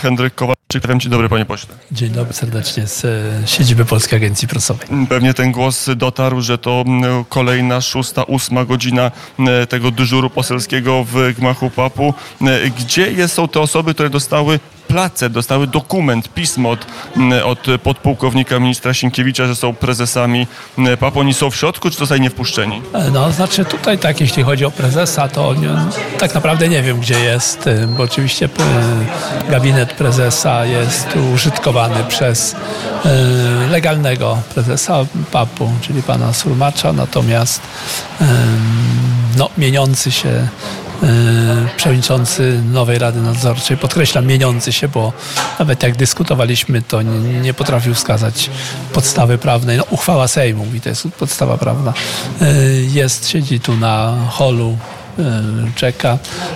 Henryk Kowalczyk. Dzień dobry, panie pośle. Dzień dobry serdecznie z siedziby Polskiej Agencji Prasowej. Pewnie ten głos dotarł, że to kolejna 6-8 godzina tego dyżuru poselskiego w gmachu PAP-u. Gdzie są te osoby, które dostały dokument, pismo od podpułkownika ministra Sienkiewicza, że są prezesami PAP-u? Oni są w środku, czy zostali niewpuszczeni? No, znaczy tutaj tak, jeśli chodzi o prezesa, to tak naprawdę nie wiem, gdzie jest, bo oczywiście gabinet prezesa jest użytkowany przez legalnego prezesa PAP-u, czyli pana Surmacza, natomiast mieniący się przewodniczący nowej Rady Nadzorczej, podkreślam mieniący się, bo nawet jak dyskutowaliśmy, to nie potrafił wskazać podstawy prawnej. Uchwała Sejmu, i to jest podstawa prawna. Siedzi tu na holu, czeka.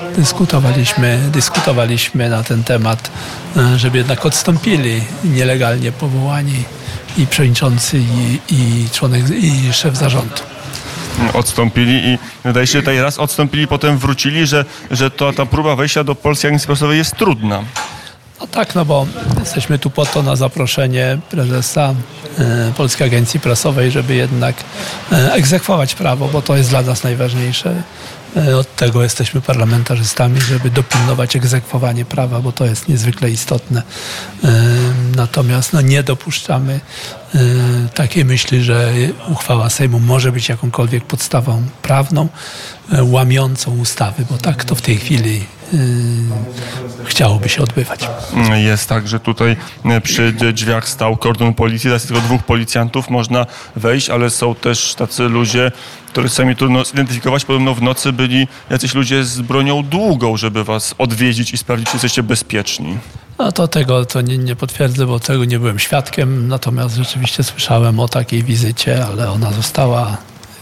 Dyskutowaliśmy na ten temat, żeby jednak odstąpili nielegalnie powołani i przewodniczący, i członek, i szef zarządu. Odstąpili i wydaje się, że tutaj raz odstąpili, potem wrócili, że ta próba wejścia do Polskiej Agencji Prasowej jest trudna. No tak, bo jesteśmy tu po to na zaproszenie prezesa Polskiej Agencji Prasowej, żeby jednak egzekwować prawo, bo to jest dla nas najważniejsze. Od tego jesteśmy parlamentarzystami, żeby dopilnować egzekwowanie prawa, bo to jest niezwykle istotne. Natomiast nie dopuszczamy takiej myśli, że uchwała Sejmu może być jakąkolwiek podstawą prawną łamiącą ustawy, bo tak to w tej chwili chciałoby się odbywać. Jest tak, że tutaj przy drzwiach stał kordon policji, teraz tylko 2 policjantów, można wejść, ale są też tacy ludzie, których sami trudno zidentyfikować. Podobno w nocy byli jacyś ludzie z bronią długą, żeby was odwiedzić i sprawdzić, czy jesteście bezpieczni. Tego nie potwierdzę, bo tego nie byłem świadkiem, natomiast rzeczywiście słyszałem o takiej wizycie, ale ona została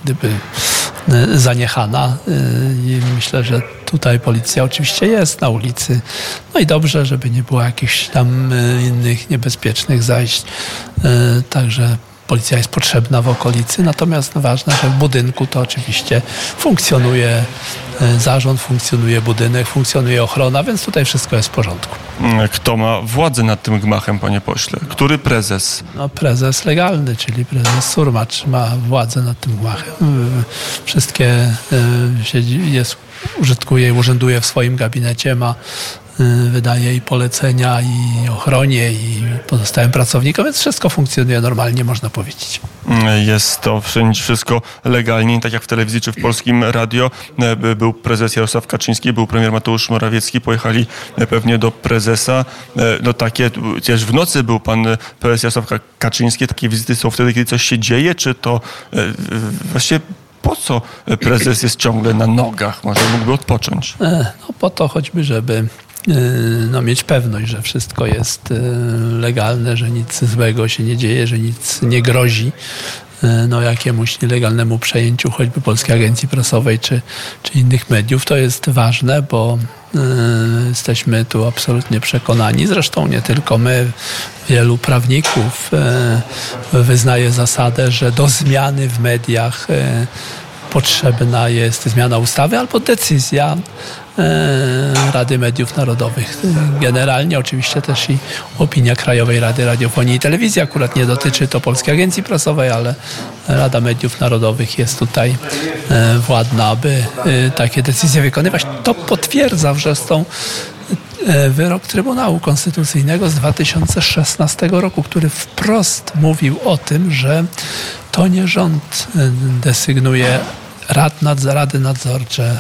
zaniechana i myślę, że tutaj policja oczywiście jest na ulicy. I dobrze, żeby nie było jakichś tam innych niebezpiecznych zajść. Także policja jest potrzebna w okolicy, natomiast ważne, że w budynku to oczywiście funkcjonuje zarząd, funkcjonuje budynek, funkcjonuje ochrona, więc tutaj wszystko jest w porządku. Kto ma władzę nad tym gmachem, panie pośle? Który prezes? Prezes legalny, czyli prezes Surmacz ma władzę nad tym gmachem. Wszystkie użytkuje i urzęduje w swoim gabinecie, wydaje i polecenia i ochronie, i pozostałym pracownikom, więc wszystko funkcjonuje normalnie, można powiedzieć. Jest to wszystko legalnie, tak jak w telewizji czy w Polskim Radio. Był prezes Jarosław Kaczyński, był premier Mateusz Morawiecki, pojechali pewnie do prezesa. Chociaż w nocy był pan prezes Jarosław Kaczyński. Takie wizyty są wtedy, kiedy coś się dzieje, czy to właściwie po co prezes jest ciągle na nogach? Może mógłby odpocząć? Po to choćby, żeby mieć pewność, że wszystko jest legalne, że nic złego się nie dzieje, że nic nie grozi jakiemuś nielegalnemu przejęciu choćby Polskiej Agencji Prasowej czy innych mediów. To jest ważne, bo jesteśmy tu absolutnie przekonani. Zresztą nie tylko my, wielu prawników wyznaje zasadę, że do zmiany w mediach potrzebna jest zmiana ustawy albo decyzja Rady Mediów Narodowych. Generalnie oczywiście też i opinia Krajowej Rady Radiofonii i Telewizji. Akurat nie dotyczy to Polskiej Agencji Prasowej, ale Rada Mediów Narodowych jest tutaj władna, aby takie decyzje wykonywać. To potwierdza zresztą wyrok Trybunału Konstytucyjnego z 2016 roku, który wprost mówił o tym, że to nie rząd desygnuje rady nadzorcze,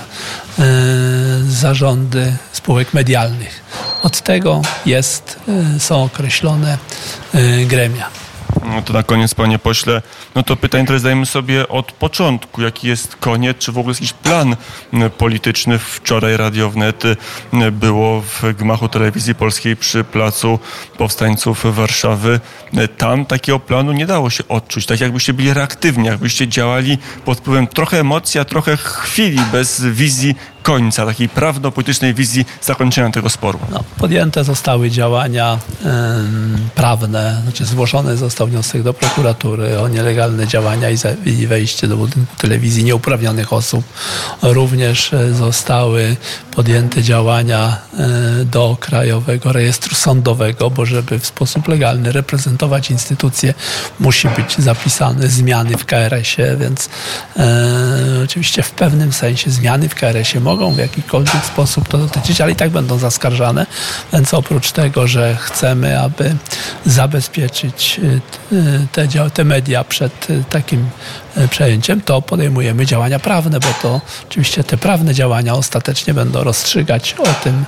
zarządy spółek medialnych. Od tego są określone gremia. To na koniec, panie pośle, to pytanie, które zadajemy sobie od początku. Jaki jest koniec? Czy w ogóle jest jakiś plan polityczny? Wczoraj Radio Wnet było w gmachu Telewizji Polskiej przy Placu Powstańców Warszawy. Tam takiego planu nie dało się odczuć. Tak jakbyście byli reaktywni, jakbyście działali pod wpływem trochę emocji, a trochę chwili, bez wizji końca, takiej prawno-politycznej wizji zakończenia tego sporu? No, podjęte zostały działania prawne, znaczy zgłoszony został wniosek do prokuratury o nielegalne działania i wejście do budynku telewizji nieuprawnionych osób. Również zostały podjęte działania do Krajowego Rejestru Sądowego, bo żeby w sposób legalny reprezentować instytucje, musi być zapisane zmiany w KRS-ie, więc oczywiście w pewnym sensie zmiany w KRS-ie mogą w jakikolwiek sposób to dotyczyć, ale i tak będą zaskarżane, więc oprócz tego, że chcemy, aby zabezpieczyć te media przed takim przejęciem, to podejmujemy działania prawne, bo to oczywiście te prawne działania ostatecznie będą rozstrzygać o tym.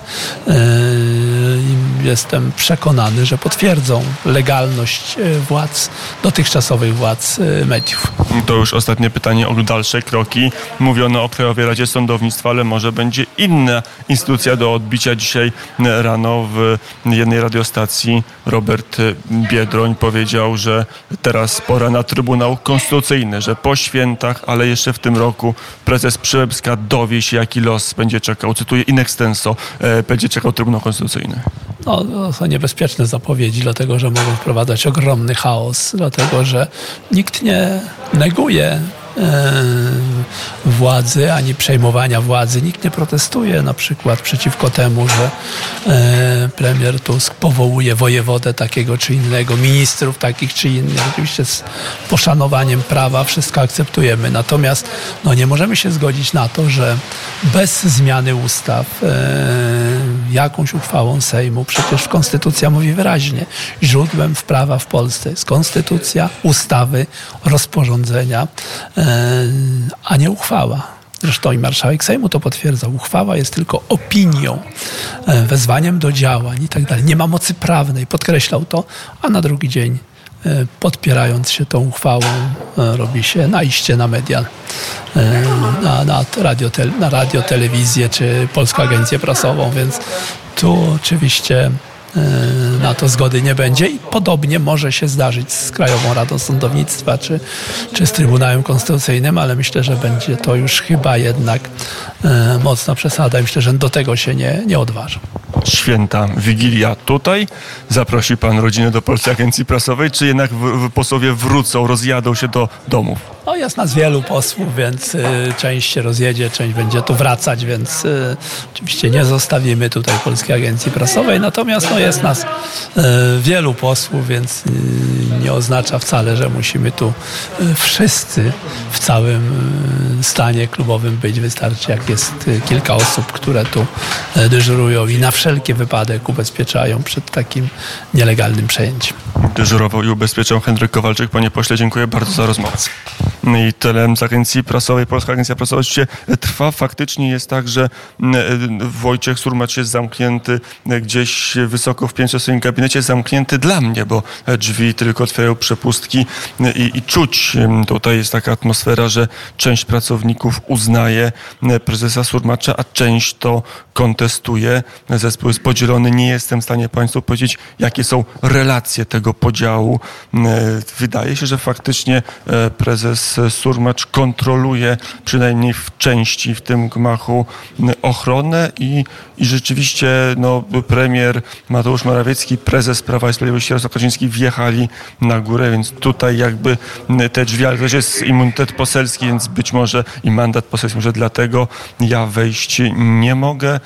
Jestem przekonany, że potwierdzą legalność dotychczasowych władz mediów. To już ostatnie pytanie o dalsze kroki. Mówiono o Krajowej Radzie Sądownictwa, ale może będzie inna instytucja do odbicia. Dzisiaj rano w jednej radiostacji Robert Biedroń powiedział, że teraz pora na Trybunał Konstytucyjny, że po świętach, ale jeszcze w tym roku prezes Przyłębska dowie się, jaki los będzie czekał. Cytuję in extenso, będzie czekał Trybunał Konstytucyjny. No, to są niebezpieczne zapowiedzi, dlatego że mogą wprowadzać ogromny chaos, dlatego że nikt nie neguje władzy, ani przejmowania władzy. Nikt nie protestuje na przykład przeciwko temu, że premier Tusk powołuje wojewodę takiego czy innego, ministrów takich czy innych. Oczywiście z poszanowaniem prawa wszystko akceptujemy. Natomiast nie możemy się zgodzić na to, że bez zmiany ustaw jakąś uchwałą Sejmu, przecież konstytucja mówi wyraźnie, źródłem prawa w Polsce jest konstytucja, ustawy, rozporządzenia, a nie uchwała. Zresztą i marszałek Sejmu to potwierdzał. Uchwała jest tylko opinią, wezwaniem do działań i tak dalej. Nie ma mocy prawnej, podkreślał to, a na drugi dzień, podpierając się tą uchwałą, robi się najście na media, na radio, telewizję czy Polską Agencję Prasową, więc tu oczywiście na to zgody nie będzie i podobnie może się zdarzyć z Krajową Radą Sądownictwa czy z Trybunałem Konstytucyjnym, ale myślę, że będzie to już chyba jednak mocna przesada i myślę, że do tego się nie odważą. Święta Wigilia tutaj. Zaprosi pan rodzinę do Polskiej Agencji Prasowej, czy jednak posłowie wrócą, rozjadą się do domów? Jest nas wielu posłów, więc część się rozjedzie, część będzie tu wracać, więc oczywiście nie zostawimy tutaj Polskiej Agencji Prasowej, natomiast jest nas wielu posłów, więc nie oznacza wcale, że musimy tu wszyscy w całym stanie klubowym być. Wystarczy, jak jest kilka osób, które tu dyżurują i na wszelki wypadek ubezpieczają przed takim nielegalnym przejęciem. Dyżurował i ubezpieczał Henryk Kowalczyk. Panie pośle, dziękuję bardzo za rozmowę. I tyle z Agencji Prasowej. Polska Agencja Prasowa oczywiście trwa. Faktycznie jest tak, że Wojciech Surmacz jest zamknięty gdzieś wysoko w piętrze w swoim gabinecie. Zamknięty dla mnie, bo drzwi tylko otwierają przepustki i czuć. Tutaj jest taka atmosfera, że część pracowników uznaje prezesa Surmacza, a część to kontestuje. Zespół jest podzielony. Nie jestem w stanie państwu powiedzieć, jakie są relacje tego podziału. Wydaje się, że faktycznie prezes Surmacz kontroluje przynajmniej w części w tym gmachu ochronę i rzeczywiście premier Mateusz Morawiecki, prezes Prawa i Sprawiedliwości Jarosław Kaczyński wjechali na górę, więc tutaj jakby te drzwi, ale też jest immunitet poselski, więc być może i mandat poselski, może dlatego ja wejść nie mogę.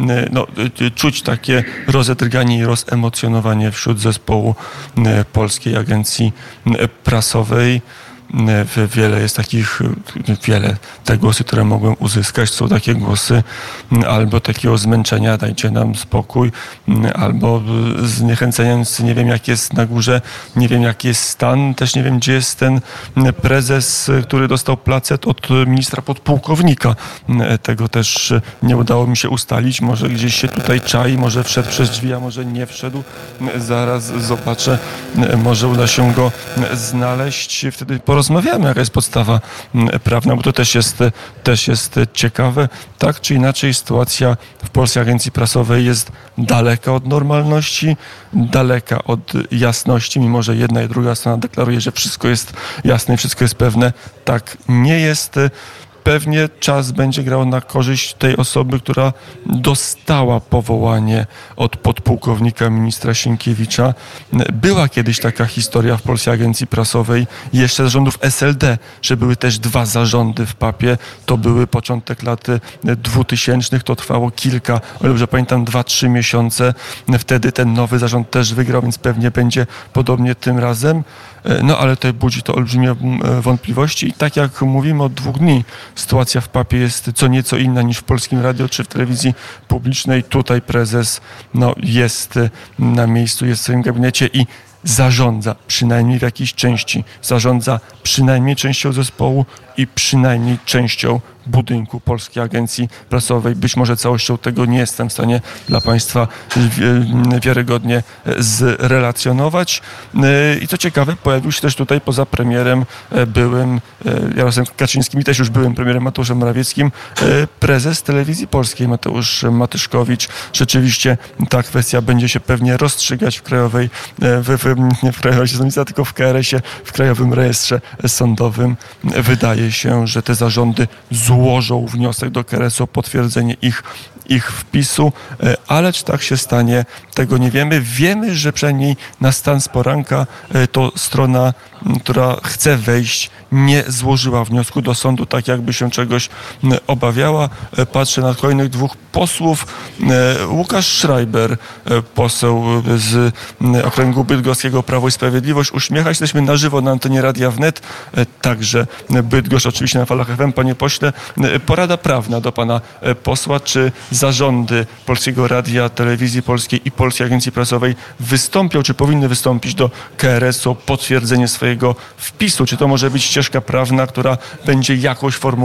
Czuć takie rozedrganie i rozemocjonowanie wśród zespołu Polskiej Agencji Prasowej. Wiele jest takich, te głosy, które mogłem uzyskać, są takie głosy albo takiego zmęczenia, dajcie nam spokój, albo zniechęcenia, nie wiem jak jest na górze, nie wiem jaki jest stan, też nie wiem gdzie jest ten prezes, który dostał placet od ministra podpułkownika. Tego też nie udało mi się ustalić, może gdzieś się tutaj czai, może wszedł przez drzwi, a może nie wszedł, zaraz zobaczę, może uda się go znaleźć, wtedy porozmawiamy, jaka jest podstawa prawna, bo to też jest ciekawe. Tak czy inaczej sytuacja w Polskiej Agencji Prasowej jest daleka od normalności, daleka od jasności, mimo że jedna i druga strona deklaruje, że wszystko jest jasne i wszystko jest pewne. Tak nie jest. pewnie czas będzie grał na korzyść tej osoby, która dostała powołanie od podpułkownika ministra Sienkiewicza. Była kiedyś taka historia w Polskiej Agencji Prasowej, jeszcze z rządów SLD, że były też 2 zarządy w PAP-ie. To były początek lat 2000, to trwało kilka, o ile dobrze pamiętam, 2-3 miesiące. Wtedy ten nowy zarząd też wygrał, więc pewnie będzie podobnie tym razem. No ale to budzi to olbrzymie wątpliwości i tak jak mówimy od 2 dni, sytuacja w PAP-ie jest co nieco inna niż w Polskim Radio czy w telewizji publicznej. Tutaj prezes jest na miejscu, jest w swoim gabinecie i zarządza, przynajmniej w jakiejś części, zarządza przynajmniej częścią zespołu i przynajmniej częścią budynku Polskiej Agencji Prasowej. Być może całością tego nie jestem w stanie dla Państwa wiarygodnie zrelacjonować. I co ciekawe, pojawił się też tutaj poza premierem byłym Jarosławem Kaczyńskim i też już byłym premierem Mateuszem Morawieckim prezes Telewizji Polskiej Mateusz Matyszkowicz. Rzeczywiście ta kwestia będzie się pewnie rozstrzygać w Krajowej, nie w Krajowej Sądownictwa, tylko w KRS-ie, w Krajowym Rejestrze Sądowym. Wydaje się, że te zarządy złożą wniosek do KRS-u o potwierdzenie ich wpisu, ale czy tak się stanie, tego nie wiemy. Wiemy, że przynajmniej na stan z poranka to strona, która chce wejść, nie złożyła wniosku do sądu, tak jakby się czegoś obawiała. Patrzę na kolejnych 2 posłów. Łukasz Schreiber, poseł z okręgu bydgoskiego Prawo i Sprawiedliwość, uśmiecha się. Jesteśmy na żywo na antenie Radia Wnet, także Bydgoszcz oczywiście na falach FM. Panie pośle, porada prawna do pana posła, czy zarządy Polskiego Radia, Telewizji Polskiej i Polskiej Agencji Prasowej wystąpią, czy powinny wystąpić do KRS-u o potwierdzenie swojego wpisu? Czy to może być ścieżka prawna, która będzie jakąś formą